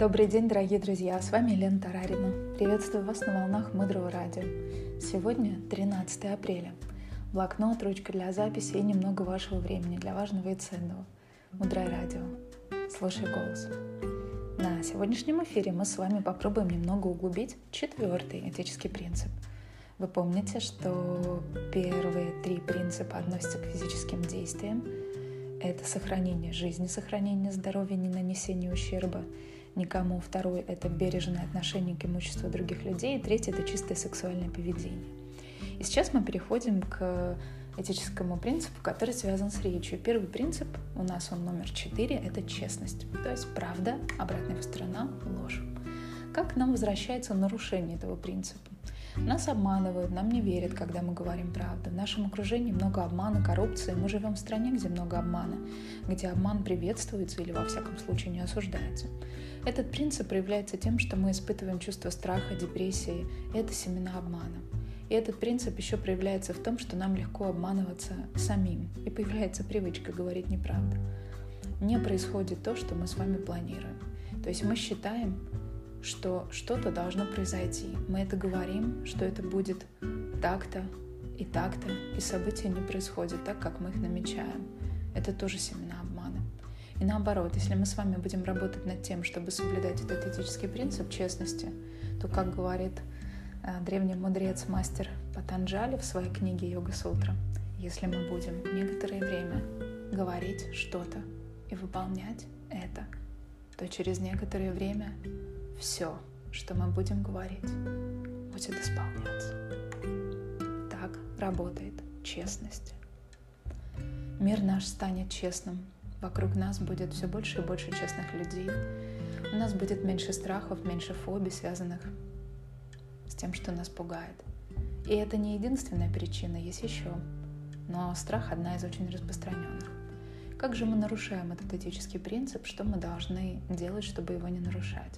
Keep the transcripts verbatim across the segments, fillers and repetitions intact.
Добрый день, дорогие друзья! С вами Елена Тарарина. Приветствую вас на волнах Мудрого радио. Сегодня тринадцатое апреля. Блокнот, ручка для записи и немного вашего времени для важного и ценного. Мудрое радио. Слушай голос. На сегодняшнем эфире мы с вами попробуем немного углубить четвертый этический принцип. Вы помните, что первые три принципа относятся к физическим действиям. Это сохранение жизни, сохранение здоровья, не нанесение ущерба никому. Второй — это бережное отношение к имуществу других людей. И третий — это чистое сексуальное поведение. И сейчас мы переходим к этическому принципу, который связан с речью. Первый принцип, у нас он номер четыре, это честность. То есть правда, обратная сторона — ложь. Как к нам возвращается нарушение этого принципа? Нас обманывают, нам не верят, когда мы говорим правду. В нашем окружении много обмана, коррупции. Мы живем в стране, где много обмана, где обман приветствуется или, во всяком случае, не осуждается. Этот принцип проявляется тем, что мы испытываем чувство страха, депрессии. И это семена обмана. И этот принцип еще проявляется в том, что нам легко обманываться самим. И появляется привычка говорить неправду. Не происходит то, что мы с вами планируем. То есть мы считаем, что что-то должно произойти. Мы это говорим, что это будет так-то и так-то, и события не происходят так, как мы их намечаем. Это тоже семена обмана. И наоборот, если мы с вами будем работать над тем, чтобы соблюдать этот этический принцип честности, то, как говорит э, древний мудрец, мастер Патанджали в своей книге «Йога-сутра», если мы будем некоторое время говорить что-то и выполнять это, то через некоторое время все, что мы будем говорить, будет исполняться. Так работает честность. Мир наш станет честным. Вокруг нас будет все больше и больше честных людей. У нас будет меньше страхов, меньше фобий, связанных с тем, что нас пугает. И это не единственная причина, есть еще. Но страх — одна из очень распространенных. Как же мы нарушаем этот этический принцип? Что мы должны делать, чтобы его не нарушать?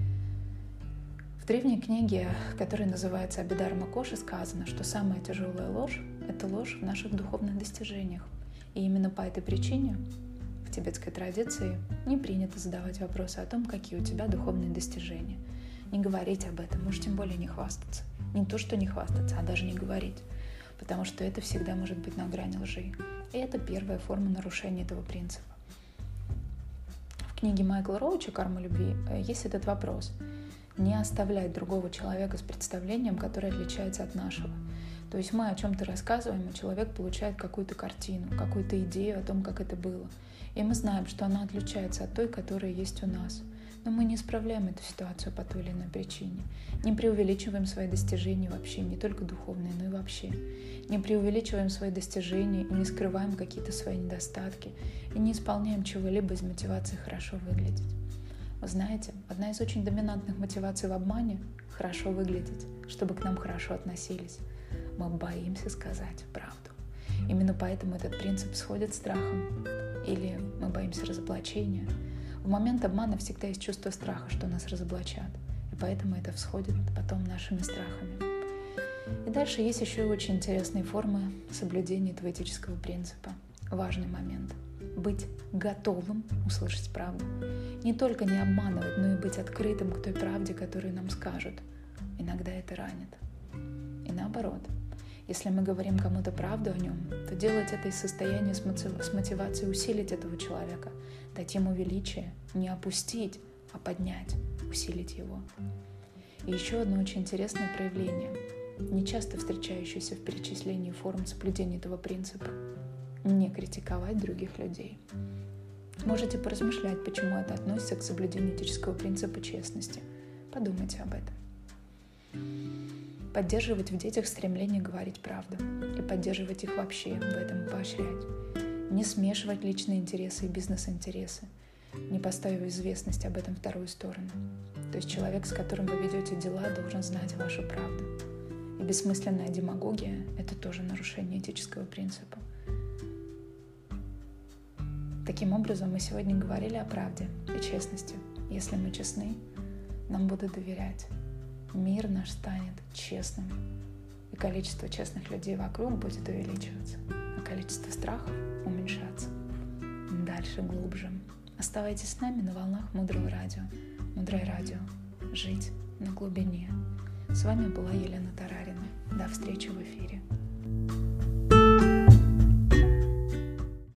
В древней книге, которая называется «Абхидхарма Коши», сказано, что самая тяжелая ложь — это ложь в наших духовных достижениях. И именно по этой причине в тибетской традиции не принято задавать вопросы о том, какие у тебя духовные достижения. Не говорить об этом, уж тем более не хвастаться. Не то, что не хвастаться, а даже не говорить. Потому что это всегда может быть на грани лжи. И это первая форма нарушения этого принципа. В книге Майкла Роуча «Карма любви» есть этот вопрос. Не оставлять другого человека с представлением, которое отличается от нашего. То есть мы о чем-то рассказываем, и человек получает какую-то картину, какую-то идею о том, как это было. И мы знаем, что она отличается от той, которая есть у нас. Но мы не исправляем эту ситуацию по той или иной причине. Не преувеличиваем свои достижения вообще, не только духовные, но и вообще. Не преувеличиваем свои достижения и не скрываем какие-то свои недостатки. И не исполняем чего-либо из мотивации хорошо выглядеть. Вы знаете, одна из очень доминантных мотиваций в обмане — хорошо выглядеть, чтобы к нам хорошо относились. Мы боимся сказать правду. Именно поэтому этот принцип сходит страхом. Или мы боимся разоблачения. В момент обмана всегда есть чувство страха, что нас разоблачат. И поэтому это всходит потом нашими страхами. И дальше есть еще и очень интересные формы соблюдения этого этического принципа. Важный момент — быть готовым услышать правду. Не только не обманывать, но и быть открытым к той правде, которую нам скажут. Иногда это ранит. И наоборот, если мы говорим кому-то правду о нем, то делать это из состояния с мотивацией усилить этого человека, дать ему величие, не опустить, а поднять, усилить его. И еще одно очень интересное проявление, нечасто встречающееся в перечислении форм соблюдения этого принципа — не критиковать других людей. Можете поразмышлять, почему это относится к соблюдению этического принципа честности. Подумайте об этом. Поддерживать в детях стремление говорить правду и поддерживать их вообще, в этом поощрять. Не смешивать личные интересы и бизнес-интересы, не поставив известность об этом вторую сторону. То есть человек, с которым вы ведете дела, должен знать вашу правду. И бессмысленная демагогия — это тоже нарушение этического принципа. Таким образом, мы сегодня говорили о правде и честности. Если мы честны, нам будут доверять. Мир наш станет честным, и количество честных людей вокруг будет увеличиваться, а количество страхов уменьшаться. Дальше, глубже. Оставайтесь с нами на волнах Мудрого радио. Мудрое радио. Жить на глубине. С вами была Елена Тарарина. До встречи в эфире.